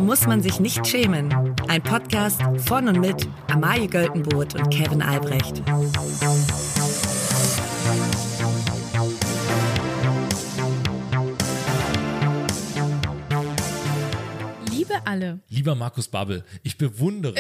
muss man sich nicht schämen. Ein Podcast von und mit Amalie Göltenboot und Kevin Albrecht. Liebe alle. Lieber Markus Babbel, ich bewundere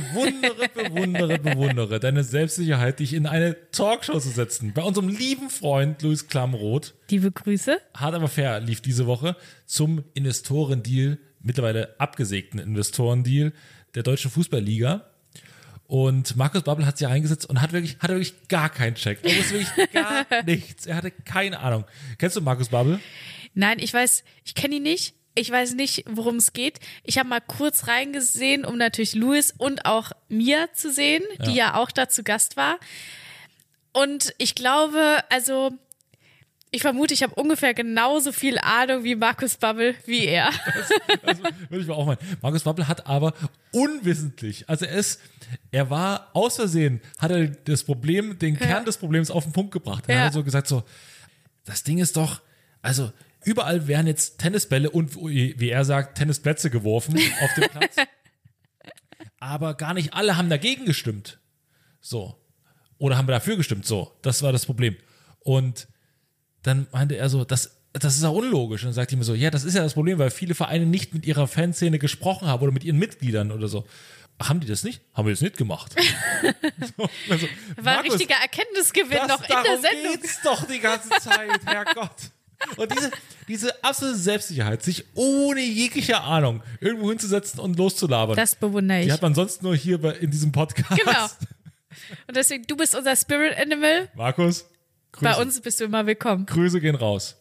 deine Selbstsicherheit, dich in eine Talkshow zu setzen. Bei unserem lieben Freund Luis Klamroth. Liebe Grüße. Hart aber fair lief diese Woche zum Investorendeal, mittlerweile abgesägten Investorendeal der Deutschen Fußballliga. Und Markus Babbel hat sich eingesetzt und hatte wirklich gar keinen Check. Er wusste wirklich gar nichts. Er hatte keine Ahnung. Kennst du Markus Babbel? Nein, ich kenne ihn nicht. Ich weiß nicht, worum es geht. Ich habe mal kurz reingesehen, um natürlich Louis und auch Mia zu sehen, die ja auch da zu Gast war. Und ich glaube, ich vermute, ich habe ungefähr genauso viel Ahnung wie Markus Babbel, wie er. Das würde ich mal auch meinen. Markus Babbel hat aber unwissentlich, er war aus Versehen, hat er das Problem, den Kern des Problems auf den Punkt gebracht. Er hat so gesagt, das Ding ist doch, überall werden jetzt Tennisbälle und, wie er sagt, Tennisplätze geworfen auf den Platz. Aber gar nicht alle haben dagegen gestimmt. So. Oder haben dafür gestimmt. So. Das war das Problem. Und dann meinte er so, das ist ja unlogisch. Und dann sagt er mir so, ja, das ist ja das Problem, weil viele Vereine nicht mit ihrer Fanszene gesprochen haben oder mit ihren Mitgliedern oder so. Haben die das nicht? Haben wir das nicht gemacht? War ein richtiger Erkenntnisgewinn noch in der Sendung. Darum geht's doch die ganze Zeit, Herrgott. Und diese absolute Selbstsicherheit, sich ohne jegliche Ahnung irgendwo hinzusetzen und loszulabern. Das bewundere ich. Die hat man sonst nur hier in diesem Podcast. Genau. Und deswegen, du bist unser Spirit Animal. Markus, Grüße. Bei uns bist du immer willkommen. Grüße gehen raus.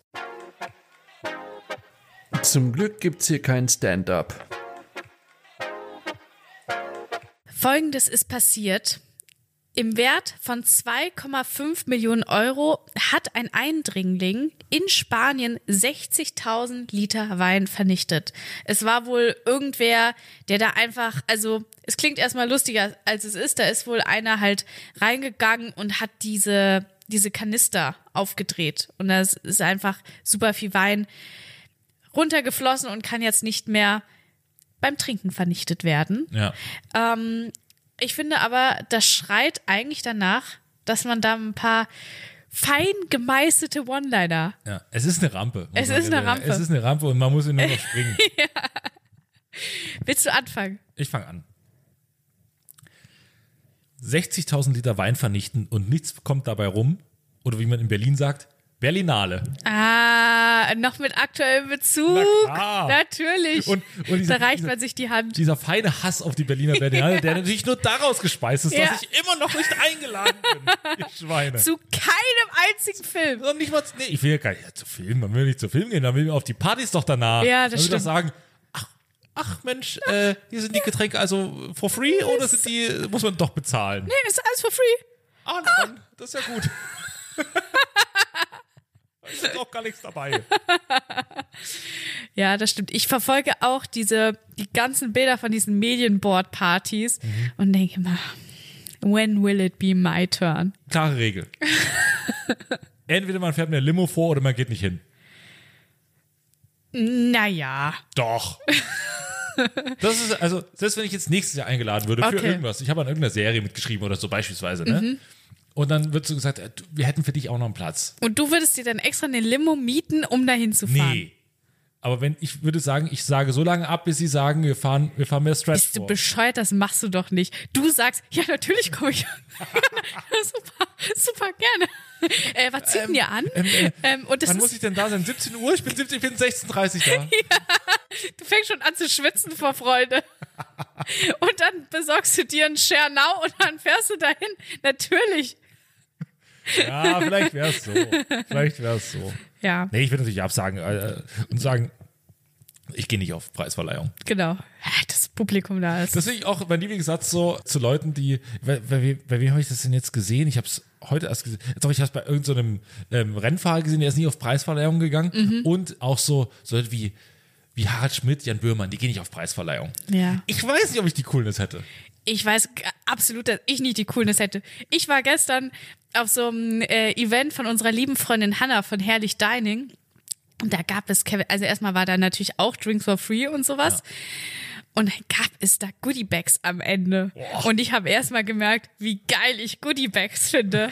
Zum Glück gibt's hier kein Stand-up. Folgendes ist passiert. Im Wert von 2,5 Millionen Euro hat ein Eindringling in Spanien 60.000 Liter Wein vernichtet. Es war wohl irgendwer, der da einfach, es klingt erstmal lustiger, als es ist. Da ist wohl einer halt reingegangen und hat diese Kanister aufgedreht. Und da ist einfach super viel Wein runtergeflossen und kann jetzt nicht mehr beim Trinken vernichtet werden. Ja. Ich finde aber, das schreit eigentlich danach, dass man da ein paar fein gemeißelte One-Liner. Ja, es ist eine Rampe. Es ist eine Rampe und man muss nur noch springen. Ja. Willst du anfangen? Ich fange an. 60.000 Liter Wein vernichten und nichts kommt dabei rum. Oder wie man in Berlin sagt, Berlinale. Noch mit aktuellem Bezug. Na klar. Natürlich. Und da reicht man sich die Hand. Dieser feine Hass auf die Berliner Berlinale, der natürlich nur daraus gespeist ist, dass ich immer noch nicht eingeladen bin. Ihr Schweine. Zu keinem einzigen Film. Und nicht mal, ich will ja gar nicht zu Filmen, man will nicht zu Filmen gehen, dann will man auf die Partys doch danach. Ja, das dann will stimmt. doch sagen, ach Mensch, hier sind die Getränke also for free oder muss man doch bezahlen? Nee, ist alles for free. Dann, das ist ja gut. Da ist doch gar nichts dabei. Ja, das stimmt. Ich verfolge auch die ganzen Bilder von diesen Medienboard-Partys und denke immer, when will it be my turn? Klare Regel. Entweder man fährt mit einer Limo vor oder man geht nicht hin. Naja. Doch. Das ist, selbst wenn ich jetzt nächstes Jahr eingeladen würde für irgendwas, ich habe an irgendeiner Serie mitgeschrieben oder so beispielsweise, ne? Und dann wird so gesagt, wir hätten für dich auch noch einen Platz. Und du würdest dir dann extra eine Limo mieten, um dahin zu fahren? Nee. Aber ich würde sagen, ich sage so lange ab, bis sie sagen, wir fahren mehr Stretch. Bist du bescheuert? Das machst du doch nicht. Du sagst, ja, natürlich komme ich. super gerne. Was zieht denn ihr an? Wann muss ich denn da sein? 17 Uhr? Ich bin 16:30 da. Ja, du fängst schon an zu schwitzen vor Freude. Und dann besorgst du dir einen Schernau und dann fährst du dahin. Natürlich. Ja, vielleicht wäre es so. Ja. Nee, ich würde natürlich absagen und sagen, ich gehe nicht auf Preisverleihung. Genau. Das Publikum da ist. Das finde ich auch mein Lieblingssatz so zu Leuten, die, bei wem habe ich das denn jetzt gesehen? Ich habe es heute erst gesehen. Doch, ich habe es bei irgendeinem Rennfahrer gesehen, der ist nie auf Preisverleihung gegangen. Und auch so Leute wie Harald Schmidt, Jan Böhmermann, die gehen nicht auf Preisverleihung. Ja. Ich weiß nicht, ob ich die Coolness hätte. Ich weiß absolut, dass ich nicht die Coolness hätte. Ich war gestern auf so einem Event von unserer lieben Freundin Hannah von Herrlich Dining. Und da gab es, also erstmal war da natürlich auch Drinks for Free und sowas. Und dann gab es da Goodiebags am Ende. Boah. Und ich habe erstmal gemerkt, wie geil ich Goodiebags finde.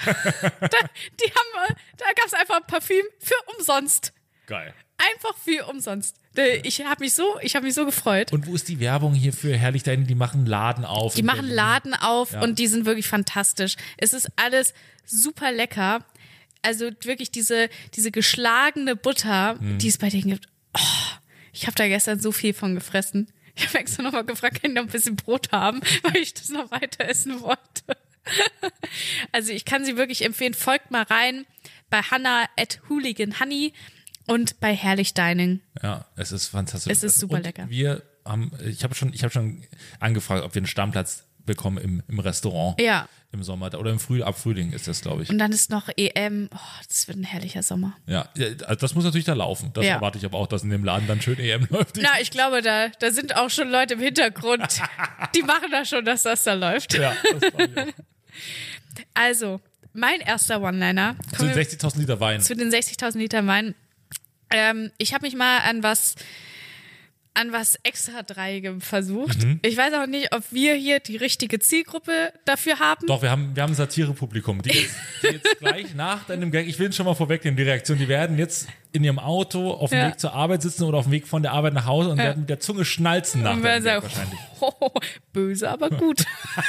Da gab es einfach ein Parfüm für umsonst. Geil. Einfach für umsonst. Ich habe mich so gefreut. Und wo ist die Werbung hier für Herrlich Deine? Die machen Laden auf. Die machen Laden auf Ja. und die sind wirklich fantastisch. Es ist alles super lecker. Also wirklich diese geschlagene Butter, die es bei denen gibt. Oh, ich habe da gestern so viel von gefressen. Ich habe extra nochmal gefragt, kann ich noch ein bisschen Brot haben, weil ich das noch weiter essen wollte. Also ich kann sie wirklich empfehlen. Folgt mal rein bei Hannah @HooliganHoney und bei Herrlich Dining. Ja, es ist fantastisch. Es ist super und lecker. Ich habe schon angefragt, ob wir einen Stammplatz bekommen im Restaurant. Ja. Im Sommer oder ab Frühling ist das, glaube ich. Und dann ist noch EM. Oh, das wird ein herrlicher Sommer. Ja, also das muss natürlich da laufen. Das Ja. erwarte ich aber auch, dass in dem Laden dann schön EM läuft. Na, ich glaube, da sind auch schon Leute im Hintergrund, die machen da schon, dass das da läuft. Ja, das war ich auch. Also, mein erster One-Liner Zu den 60.000 Liter Wein. zu den 60.000 Liter Wein. Ich habe mich mal an was extra Dreigem versucht. Ich weiß auch nicht, ob wir hier die richtige Zielgruppe dafür haben. Doch, wir haben ein Satirepublikum, die jetzt gleich nach deinem Gag, ich will schon mal vorwegnehmen, die Reaktion, die werden jetzt in ihrem Auto auf dem Ja. Weg zur Arbeit sitzen oder auf dem Weg von der Arbeit nach Hause und werden mit der Zunge schnalzen nach Und deinem wir Gag sagen, wahrscheinlich. böse, aber gut.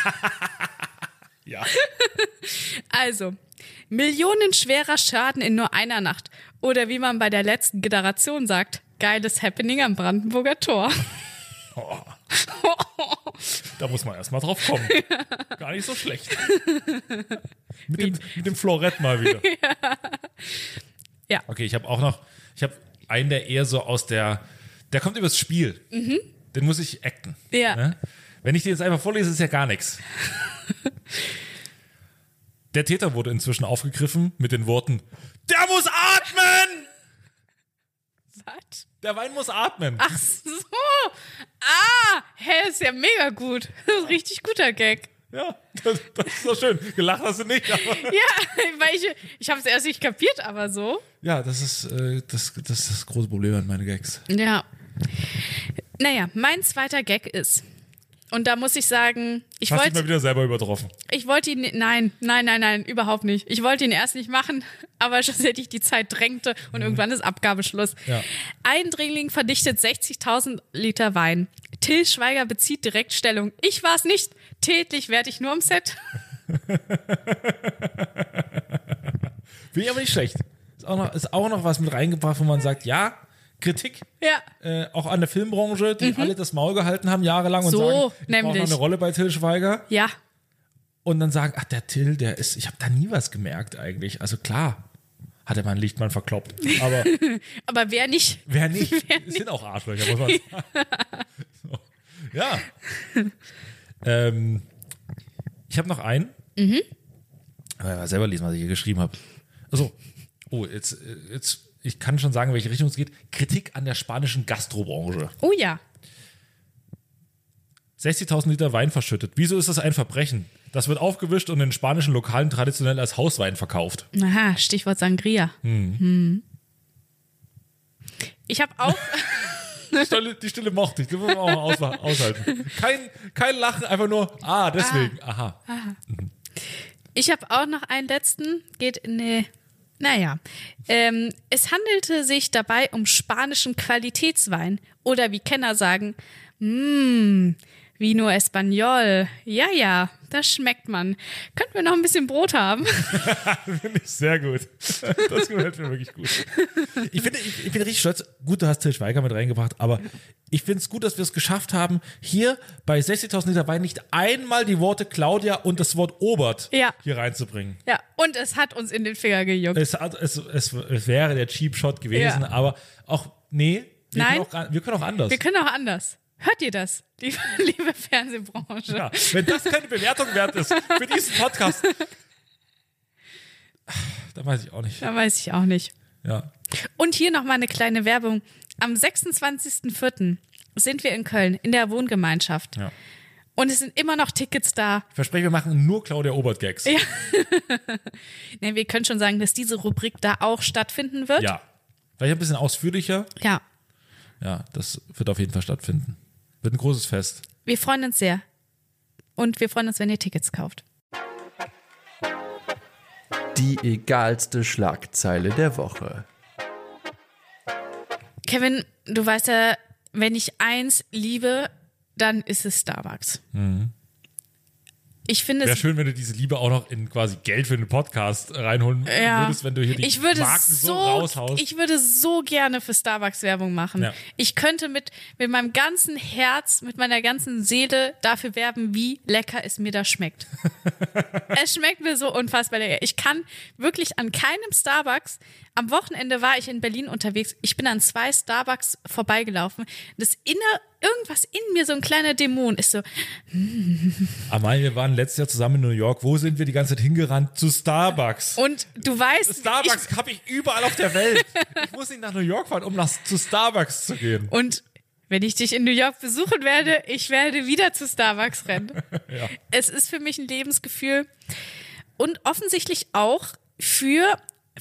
Ja. Also, millionenschwerer Schaden in nur einer Nacht. Oder wie man bei der letzten Generation sagt, geiles Happening am Brandenburger Tor. Da muss man erst mal drauf kommen. Gar nicht so schlecht. Mit dem Florett mal wieder. Ja. Okay, ich habe einen, der eher so der kommt übers Spiel. Den muss ich acten. Ja. Ne? Wenn ich den jetzt einfach vorlese, ist ja gar nichts. Der Täter wurde inzwischen aufgegriffen mit den Worten: Der muss atmen! Was? Der Wein muss atmen. Ach so. Ist ja mega gut. Das ist ein richtig guter Gag. Ja, das ist doch schön. Gelacht hast du nicht, aber. Ja, weil ich habe es erst nicht kapiert, aber so. Ja, das ist das große Problem an meinen Gags. Ja. Naja, mein zweiter Gag ist, und da muss ich sagen, ich Hast dich mal wollte wieder selber übertroffen. ihn, nein, überhaupt nicht. Ich wollte ihn erst nicht machen, aber schlussendlich die Zeit drängte und irgendwann ist Abgabeschluss. Ja. Eindringling verdichtet 60.000 Liter Wein. Till Schweiger bezieht direkt Stellung. Ich war es nicht. Tätlich werde ich nur am Set. Finde ich aber nicht schlecht. Ist auch noch was mit reingebracht, wo man sagt, ja, Kritik, Ja. auch an der Filmbranche, die alle das Maul gehalten haben jahrelang und So, sagen, ich brauche noch nämlich. eine Rolle bei Till Schweiger. Ja. Und dann sagen, ach, der Till, ich habe da nie was gemerkt eigentlich. Also klar, hat er mal einen Lichtmann verkloppt. Aber Aber wer nicht? wer nicht? Wer Es sind auch Arschlöcher, muss man sagen. So. Ja. Ich habe noch einen. Aber selber lesen, was ich hier geschrieben habe. Also, jetzt, ich kann schon sagen, in welche Richtung es geht. Kritik an der spanischen Gastrobranche. Oh ja. 60.000 Liter Wein verschüttet. Wieso ist das ein Verbrechen? Das wird aufgewischt und in spanischen Lokalen traditionell als Hauswein verkauft. Aha, Stichwort Sangria. Ich habe auch... Die Stille mochte ich, die muss man auch aushalten. Kein Lachen, einfach nur, deswegen, aha. Ich habe auch noch einen letzten. Es handelte sich dabei um spanischen Qualitätswein. Oder wie Kenner sagen, Vino Español. Ja, das schmeckt man. Könnten wir noch ein bisschen Brot haben? Finde ich sehr gut. Das gefällt mir wirklich gut. Ich bin richtig stolz. Gut, du hast Till Schweiger mit reingebracht, aber ich finde es gut, dass wir es geschafft haben, hier bei 60.000 Liter Wein nicht einmal die Worte Claudia und das Wort Obert hier reinzubringen. Ja, und es hat uns in den Finger gejuckt. Es wäre der Cheap Shot gewesen, aber wir können auch anders. Wir können auch anders. Hört ihr das, liebe Fernsehbranche? Ja, wenn das keine Bewertung wert ist für diesen Podcast, dann weiß ich auch nicht. Da weiß ich auch nicht. Ja. Und hier nochmal eine kleine Werbung. Am 26.04. sind wir in Köln in der Wohngemeinschaft. Ja. Und es sind immer noch Tickets da. Ich verspreche, wir machen nur Claudia Obert-Gags. Ja. Ne, wir können schon sagen, dass diese Rubrik da auch stattfinden wird. Ja. Vielleicht ein bisschen ausführlicher. Ja. Ja, das wird auf jeden Fall stattfinden. Wird ein großes Fest. Wir freuen uns sehr. Und wir freuen uns, wenn ihr Tickets kauft. Die egalste Schlagzeile der Woche. Kevin, du weißt ja, wenn ich eins liebe, dann ist es Starbucks. Ich finde Wäre es schön, wenn du diese Liebe auch noch in quasi Geld für den Podcast reinholen würdest, wenn du hier die Marken so raushaust. Ich würde so gerne für Starbucks Werbung machen. Ja. Ich könnte mit meinem ganzen Herz, mit meiner ganzen Seele dafür werben, wie lecker es mir da schmeckt. Es schmeckt mir so unfassbar lecker. Ich kann wirklich an keinem Starbucks, am Wochenende war ich in Berlin unterwegs, ich bin an 2 Starbucks vorbeigelaufen. Irgendwas in mir, so ein kleiner Dämon ist so, Amalie, wir waren letztes Jahr zusammen in New York. Wo sind wir die ganze Zeit hingerannt? Zu Starbucks. und du weißt, Starbucks habe ich überall auf der Welt. Ich muss nicht nach New York fahren, um zu Starbucks zu gehen. Und wenn ich dich in New York besuchen werde, ich werde wieder zu Starbucks rennen. Ja. Es ist für mich ein Lebensgefühl und offensichtlich auch für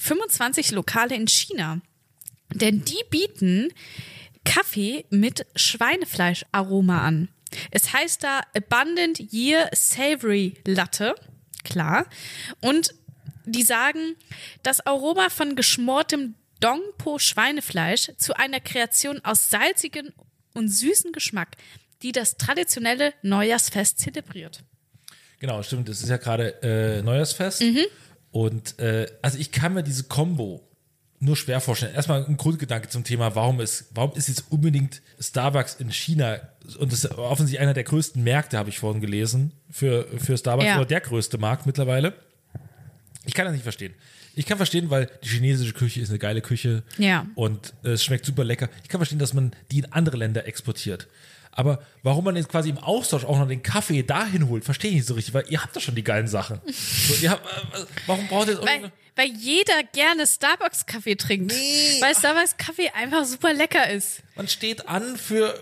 25 Lokale in China. Denn die bieten Kaffee mit Schweinefleischaroma an. Es heißt da Abundant Year Savory Latte. Klar. Und die sagen, das Aroma von geschmortem Dongpo-Schweinefleisch zu einer Kreation aus salzigem und süßem Geschmack, die das traditionelle Neujahrsfest zelebriert. Genau, stimmt. Das ist ja gerade Neujahrsfest. Und also ich kann mir diese Kombo nur schwer vorstellen. Erstmal ein Grundgedanke zum Thema, warum ist jetzt unbedingt Starbucks in China, und das ist offensichtlich einer der größten Märkte, habe ich vorhin gelesen, für Starbucks, Ja. oder der größte Markt mittlerweile. Ich kann das nicht verstehen. Ich kann verstehen, weil die chinesische Küche ist eine geile Küche Ja. und es schmeckt super lecker. Ich kann verstehen, dass man die in andere Länder exportiert. Aber warum man jetzt quasi im Austausch auch noch den Kaffee dahin holt, verstehe ich nicht so richtig, weil ihr habt doch schon die geilen Sachen. So, warum braucht ihr jetzt Weil jeder gerne Starbucks-Kaffee trinkt. Weil Starbucks-Kaffee einfach super lecker ist. Man steht an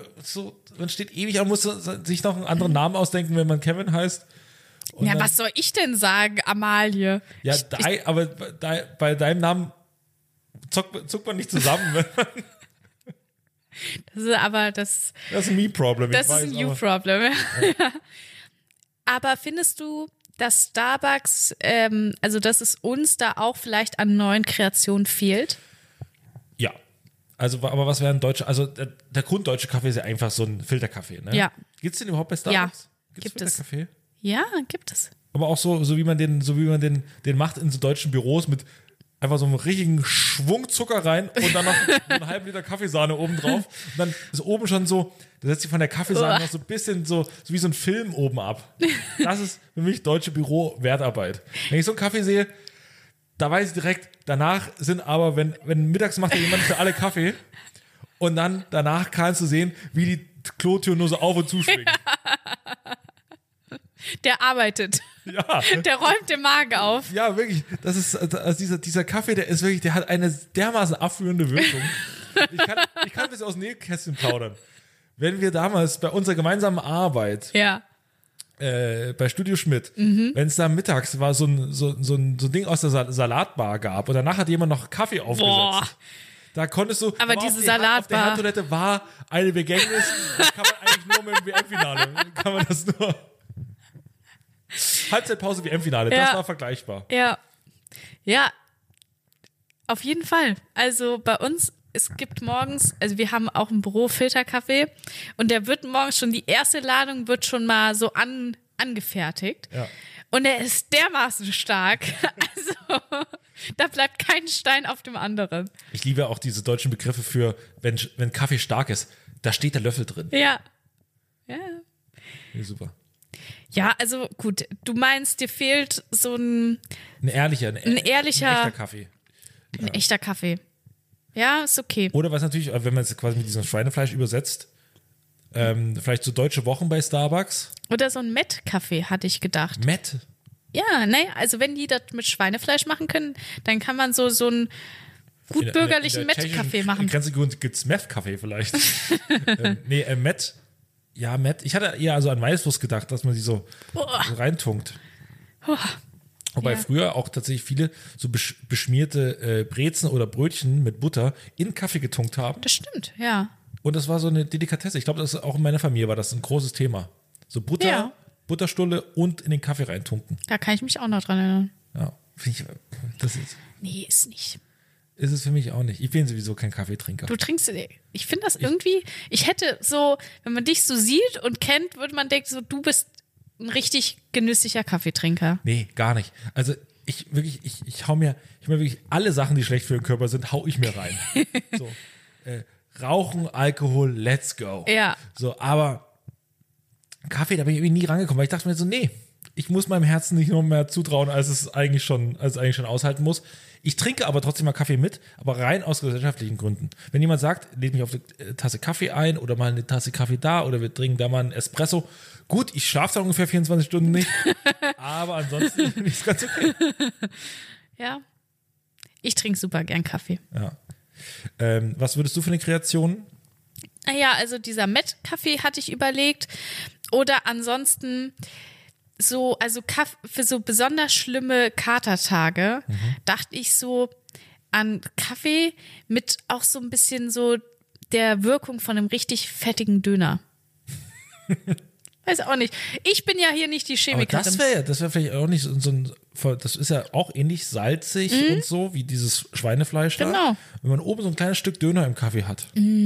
man steht ewig an, muss sich noch einen anderen Namen ausdenken, wenn man Kevin heißt. Und Ja, dann, was soll ich denn sagen, Amalie? ja, aber bei deinem Namen zuckt man nicht zusammen. Das ist ein Me-Problem. Das ist ein You-Problem. Ja. Aber findest du, dass Starbucks, also dass es uns da auch vielleicht an neuen Kreationen fehlt? Ja. Also, aber was wäre ein deutscher, also der grunddeutsche Kaffee ist ja einfach so ein Filterkaffee, ne? Ja. Gibt es den überhaupt bei Starbucks? Ja, gibt es. Filterkaffee? Ja, gibt es. Aber auch so wie man den macht in so deutschen Büros mit einfach so einem richtigen Schwung Zucker rein und dann noch einen halben Liter Kaffeesahne oben drauf. Und dann ist oben schon so, da setzt sich von der Kaffeesahne noch so ein bisschen so wie so ein Film oben ab. Das ist für mich deutsche Büro-Wertarbeit. Wenn ich so einen Kaffee sehe, da weiß ich direkt, danach sind aber, wenn mittags macht ja jemand für alle Kaffee und dann danach kannst du sehen, wie die Klotür nur so auf und zuschwingen. Der arbeitet. Ja. Der räumt den Magen auf. Ja, wirklich. Das ist, also dieser Kaffee, der hat eine dermaßen abführende Wirkung. Ich kann das aus dem Nähkästchen plaudern. Wenn wir damals bei unserer gemeinsamen Arbeit Ja. bei Studio Schmidt, wenn es da mittags war, so ein Ding aus der Salatbar gab und danach hat jemand noch Kaffee aufgesetzt. Boah. Da konntest du, Aber auf diese die Salatbar. auf der Handtoilette war eine Begängnis. Das kann man eigentlich nur mit dem WM-Finale. Kann man das nur. Halbzeitpause WM-Finale, Ja. das war vergleichbar. Ja. Ja. Auf jeden Fall. Also bei uns, es gibt morgens, also wir haben auch im Büro Filterkaffee und der wird morgens schon, die erste Ladung wird schon mal so angefertigt. Ja. Und er ist dermaßen stark. Also, da bleibt kein Stein auf dem anderen. Ich liebe auch diese deutschen Begriffe für, wenn Kaffee stark ist, da steht der Löffel drin. Ja. Ja. Ja, super. Ja, also gut, du meinst, dir fehlt so ein Ein ehrlicher echter Kaffee. ein echter Kaffee. Ja, ist okay. Oder was natürlich, wenn man es quasi mit diesem Schweinefleisch übersetzt, vielleicht so deutsche Wochen bei Starbucks. Oder so ein Met-Kaffee, hatte ich gedacht. Met. Ja, naja, also wenn die das mit Schweinefleisch machen können, dann kann man so einen gut bürgerlichen Met-Kaffee machen. In Grenze gibt es Meth-Kaffee vielleicht. Met. Ja, Met. Ich hatte eher also an Weißwurst gedacht, dass man die so reintunkt. Wobei Ja. früher auch tatsächlich viele so beschmierte Brezen oder Brötchen mit Butter in Kaffee getunkt haben. Das stimmt, ja. Und das war so eine Delikatesse. Ich glaube, das ist auch in meiner Familie war das ein großes Thema. So Butter, Ja. Butterstulle und in den Kaffee reintunken. Da kann ich mich auch noch dran erinnern. Ja, das Nee, ist nicht. ist es für mich auch nicht. Ich bin sowieso kein Kaffeetrinker. Du trinkst, ich finde das irgendwie, ich hätte so, wenn man dich so sieht und kennt, würde man denken, so, du bist ein richtig genüsslicher Kaffeetrinker. Nee, gar nicht. Also ich hau mir wirklich alle Sachen, die schlecht für den Körper sind, hau ich mir rein. So, Rauchen, Alkohol, let's go. Ja. So, aber Kaffee, da bin ich irgendwie nie rangekommen, weil ich dachte mir so, nee, ich muss meinem Herzen nicht noch mehr zutrauen, als es eigentlich schon aushalten muss. Ich trinke aber trotzdem mal Kaffee mit, aber rein aus gesellschaftlichen Gründen. Wenn jemand sagt, lädt mich auf eine Tasse Kaffee ein oder mal eine Tasse Kaffee da oder wir trinken da mal einen Espresso. Gut, ich schlafe da ungefähr 24 Stunden nicht, aber ansonsten finde ich es ganz okay. Ja. Ich trinke super gern Kaffee. Ja. Was würdest du für eine Kreation? Naja, also dieser Met-Kaffee hatte ich überlegt. Oder ansonsten so, also für so besonders schlimme Katertage dachte ich so an Kaffee mit auch so ein bisschen so der Wirkung von einem richtig fettigen Döner. Weiß auch nicht. Ich bin ja hier nicht die Aber Chemikerin. das wäre vielleicht auch nicht so ein, das ist ja auch ähnlich salzig und so, wie dieses Schweinefleisch da. Genau. Wenn man oben so ein kleines Stück Döner im Kaffee hat.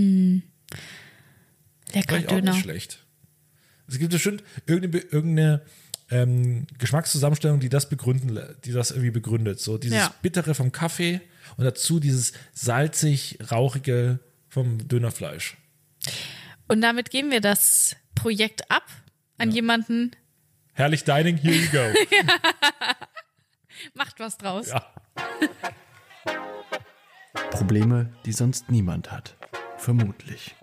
Lecker Vielleicht auch Döner. nicht schlecht. Es gibt bestimmt irgendeine Geschmackszusammenstellung, die das irgendwie begründet. So dieses Ja. Bittere vom Kaffee und dazu dieses salzig-rauchige vom Dönerfleisch. Und damit geben wir das Projekt ab an jemanden. Herrlich Dining, here you go. Macht was draus. Ja. Probleme, die sonst niemand hat. Vermutlich.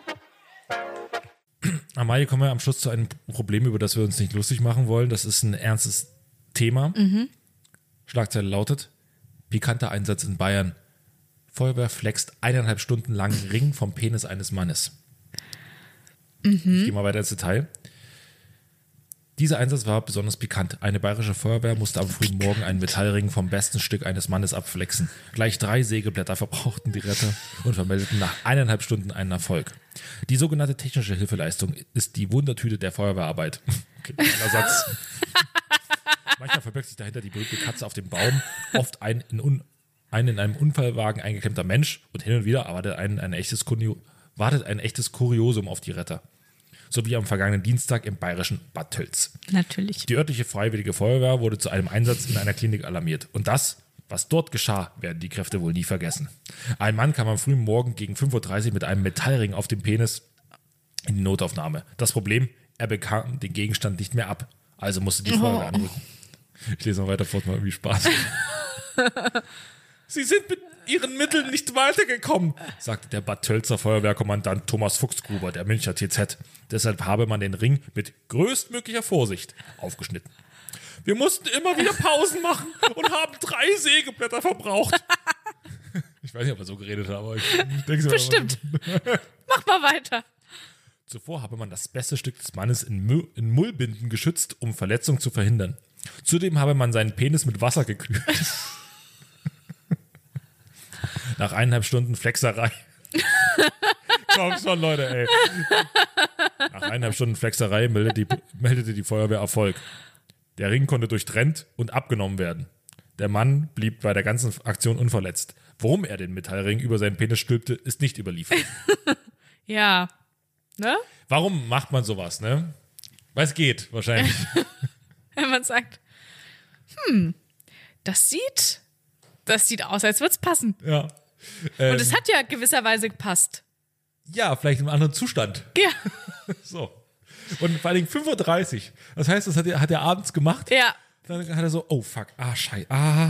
Amalie, kommen wir am Schluss zu einem Problem, über das wir uns nicht lustig machen wollen. Das ist ein ernstes Thema. Schlagzeile lautet: pikanter Einsatz in Bayern. Feuerwehr flext 1,5 Stunden lang Ring vom Penis eines Mannes. Ich gehe mal weiter ins Detail. Dieser Einsatz war besonders pikant. Eine bayerische Feuerwehr musste am frühen Morgen einen Metallring vom besten Stück eines Mannes abflexen. Gleich 3 Sägeblätter verbrauchten die Retter und vermeldeten nach 1,5 Stunden einen Erfolg. Die sogenannte technische Hilfeleistung ist die Wundertüte der Feuerwehrarbeit. Okay, kleiner Satz. Manchmal verbirgt sich dahinter die berühmte Katze auf dem Baum, oft ein in einem Unfallwagen eingeklemmter Mensch und hin und wieder wartet ein echtes Kuriosum auf die Retter. So wie am vergangenen Dienstag im bayerischen Bad Tölz. Natürlich. Die örtliche Freiwillige Feuerwehr wurde zu einem Einsatz in einer Klinik alarmiert. Und das, was dort geschah, werden die Kräfte wohl nie vergessen. Ein Mann kam am frühen Morgen gegen 5:30 Uhr mit einem Metallring auf dem Penis in die Notaufnahme. Das Problem, er bekam den Gegenstand nicht mehr ab. Also musste die Feuerwehr anrücken. Ich lese noch weiter vor, es macht irgendwie Spaß. Sie sind mit ihren Mitteln nicht weitergekommen, sagte der Bad Tölzer Feuerwehrkommandant Thomas Fuchsgruber, der Münchner TZ. Deshalb habe man den Ring mit größtmöglicher Vorsicht aufgeschnitten. Wir mussten immer wieder Pausen machen und haben 3 Sägeblätter verbraucht. Ich weiß nicht, ob er so geredet hat, aber ich denke, Bestimmt. Mach mal weiter. Zuvor habe man das beste Stück des Mannes in Mullbinden geschützt, um Verletzungen zu verhindern. Zudem habe man seinen Penis mit Wasser gekühlt. Nach 1,5 Stunden Flexerei. Komm schon, Leute, ey. Nach 1,5 Stunden Flexerei meldete die Feuerwehr Erfolg. Der Ring konnte durchtrennt und abgenommen werden. Der Mann blieb bei der ganzen Aktion unverletzt. Warum er den Metallring über seinen Penis stülpte, ist nicht überliefert. Ja. Ne? Warum macht man sowas, ne? Weil es geht, wahrscheinlich. Wenn man sagt, das sieht aus, als würde es passen. Ja. Und es hat ja gewisserweise gepasst. Ja, vielleicht im anderen Zustand. Ja. So. Und vor allem 5:30 Uhr. Das heißt, das hat er abends gemacht. Ja. Dann hat er so, oh fuck, scheiße.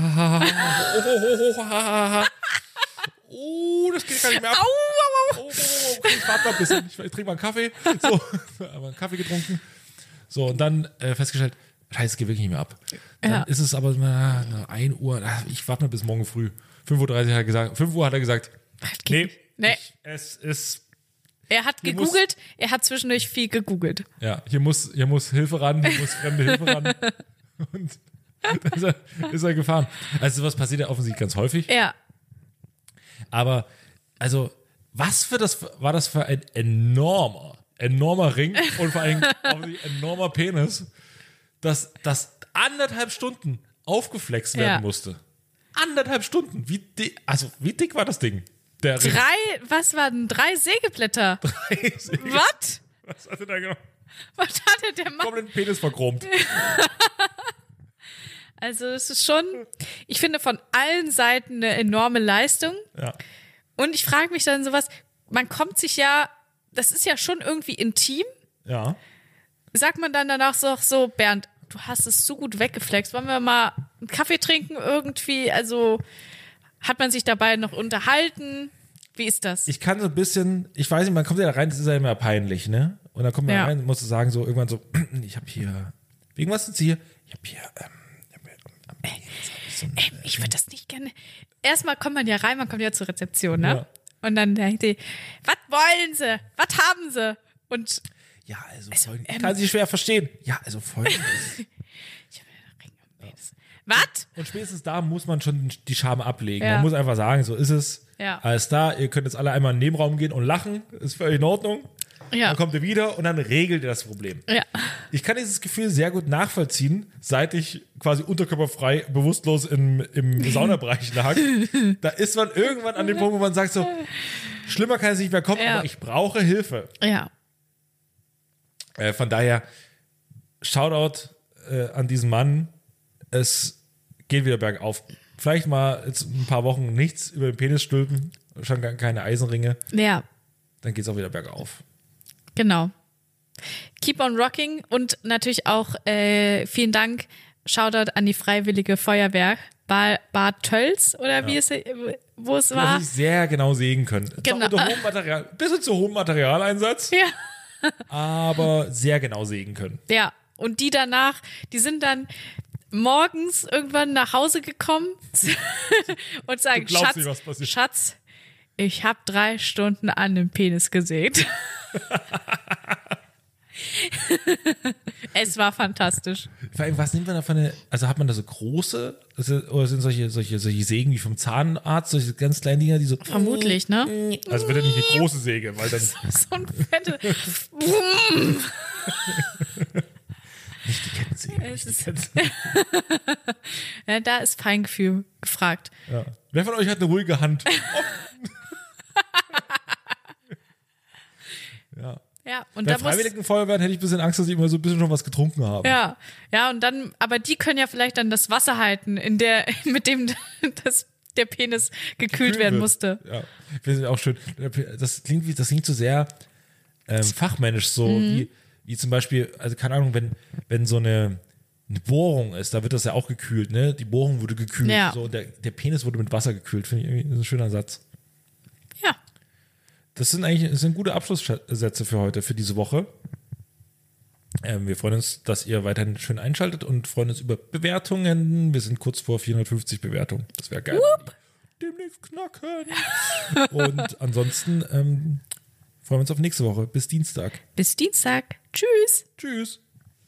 Das geht gar nicht mehr ab. Okay, ich warte mal ein bisschen. Ich trinke mal einen Kaffee. So, aber einen Kaffee getrunken. So, und dann festgestellt, scheiße, es geht wirklich nicht mehr ab. Dann ist es aber 1 Uhr. Ich warte mal bis morgen früh. 5:30 Uhr hat er gesagt, 5 Uhr hat er gesagt, nee. Es ist. Er hat gegoogelt, er hat zwischendurch viel gegoogelt. Ja, hier muss Hilfe ran, hier muss fremde Hilfe ran. Und dann ist er gefahren. Also sowas passiert ja offensichtlich ganz häufig. Ja. Aber, also, war das für ein enormer Ring und vor allem auch ein enormer Penis, dass das 1,5 Stunden aufgeflext werden musste. 1,5 Stunden. Wie dick war das Ding? Der Ring. 3 Sägeblätter. 3 Sägeblätter. Was hat er da gemacht? Was hatte der Mann? Komplett Penis verchromt. Also es ist schon, ich finde von allen Seiten eine enorme Leistung. Ja. Und ich frage mich dann sowas, man kommt sich ja, das ist ja schon irgendwie intim. Ja. Sagt man dann danach so, Bernd, du hast es so gut weggeflext, wollen wir mal einen Kaffee trinken irgendwie? Also hat man sich dabei noch unterhalten? Wie ist das? Ich kann so ein bisschen, ich weiß nicht, man kommt ja da rein, das ist ja immer peinlich, ne? Und dann kommt man rein und muss sagen, so irgendwann so, ich habe hier, wegen was sind Sie hier? Ich habe hier, ich würde das nicht gerne. Erstmal kommt man ja rein, man kommt ja zur Rezeption, ne? Ja. Und dann denkt die, was wollen Sie? Was haben Sie? Und ja, folgendes. Kann sie schwer verstehen. Ja, also folgendes. ich habe einen Ring am Penis. Was? Und spätestens da muss man schon die Scham ablegen. Ja. Man muss einfach sagen, so ist es. Ja. Alles da, ihr könnt jetzt alle einmal in den Nebenraum gehen und lachen. Ist völlig in Ordnung. Ja. Dann kommt ihr wieder und dann regelt ihr das Problem. Ja. Ich kann dieses Gefühl sehr gut nachvollziehen, seit ich quasi unterkörperfrei, bewusstlos im Saunabereich lag. Da ist man irgendwann an dem Punkt, wo man sagt so, schlimmer kann es nicht mehr kommen, aber ich brauche Hilfe. Ja. Von daher, Shoutout an diesen Mann. Es geht wieder bergauf. Vielleicht mal jetzt ein paar Wochen nichts über den Penis stülpen, schon keine Eisenringe. Ja. Dann geht es auch wieder bergauf. Genau. Keep on rocking und natürlich auch vielen Dank, Shoutout an die Freiwillige Feuerwehr Bad Tölz oder wie es, wo es war. Was ich sehr genau sägen können. Genau. Unter hohem Material, bisschen zu hohem Materialeinsatz, Ja. aber sehr genau sägen können. Ja. Und die danach, die sind dann morgens irgendwann nach Hause gekommen und sagen, Du glaubst nicht, was passiert. Schatz, ich habe 3 Stunden an dem Penis gesägt. Es war fantastisch. Vor allem, was nimmt man da für eine, also hat man da so große, oder sind solche Sägen wie vom Zahnarzt, solche ganz kleinen Dinger, die so. Vermutlich, ne? Also wird ja nicht eine große Säge, weil dann. So ein fette. Nicht die Kettensäge. Es Nicht ist- die Kettensäge. Ja, da ist Feingefühl gefragt. Ja. Wer von euch hat eine ruhige Hand? Ja. Ja, und Bei da muss. Freiwilligen Feuerwehren hätte ich ein bisschen Angst, dass sie immer so ein bisschen schon was getrunken haben. Ja, ja, und dann, aber die können ja vielleicht dann das Wasser halten, mit dem der Penis gekühlt werden wird. musste. Ja, finde ich auch schön. Das klingt so sehr fachmännisch, so wie zum Beispiel, also keine Ahnung, wenn so eine Bohrung ist, da wird das ja auch gekühlt, ne? Die Bohrung wurde gekühlt. Ja. So, und der Penis wurde mit Wasser gekühlt. Finde ich irgendwie ein schöner Satz. Ja. Das sind gute Abschlusssätze für heute, für diese Woche. Wir freuen uns, dass ihr weiterhin schön einschaltet und freuen uns über Bewertungen. Wir sind kurz vor 450 Bewertungen. Das wäre geil. Demnächst knacken. Und ansonsten freuen wir uns auf nächste Woche. Bis Dienstag. Bis Dienstag. Tschüss. Tschüss.